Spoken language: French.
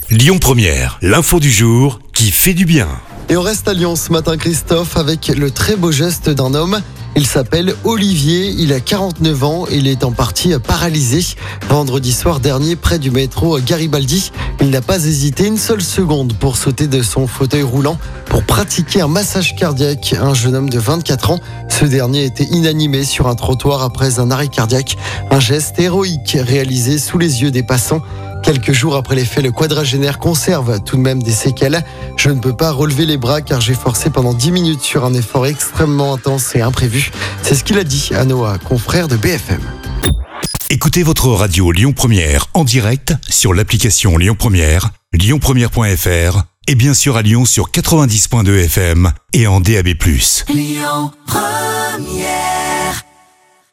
Lyon Première, l'info du jour qui fait du bien. Et on reste à Lyon ce matin, Christophe, avec le très beau geste d'un homme. Il s'appelle Olivier, il a 49 ans et il est en partie paralysé. Vendredi soir dernier, près du métro Garibaldi, il n'a pas hésité une seule seconde pour sauter de son fauteuil roulant pour pratiquer un massage cardiaque. Un jeune homme de 24 ans, ce dernier était inanimé sur un trottoir après un arrêt cardiaque. Un geste héroïque réalisé sous les yeux des passants. Quelques jours après les faits, le quadragénaire conserve tout de même des séquelles. Je ne peux pas relever les bras car j'ai forcé pendant 10 minutes sur un effort extrêmement intense et imprévu. C'est ce qu'il a dit à nos confrères de BFM. Écoutez votre radio Lyon Première en direct sur l'application Lyon Première, lyonpremière.fr et bien sûr à Lyon sur 90.2 FM et en DAB+. Lyon Première.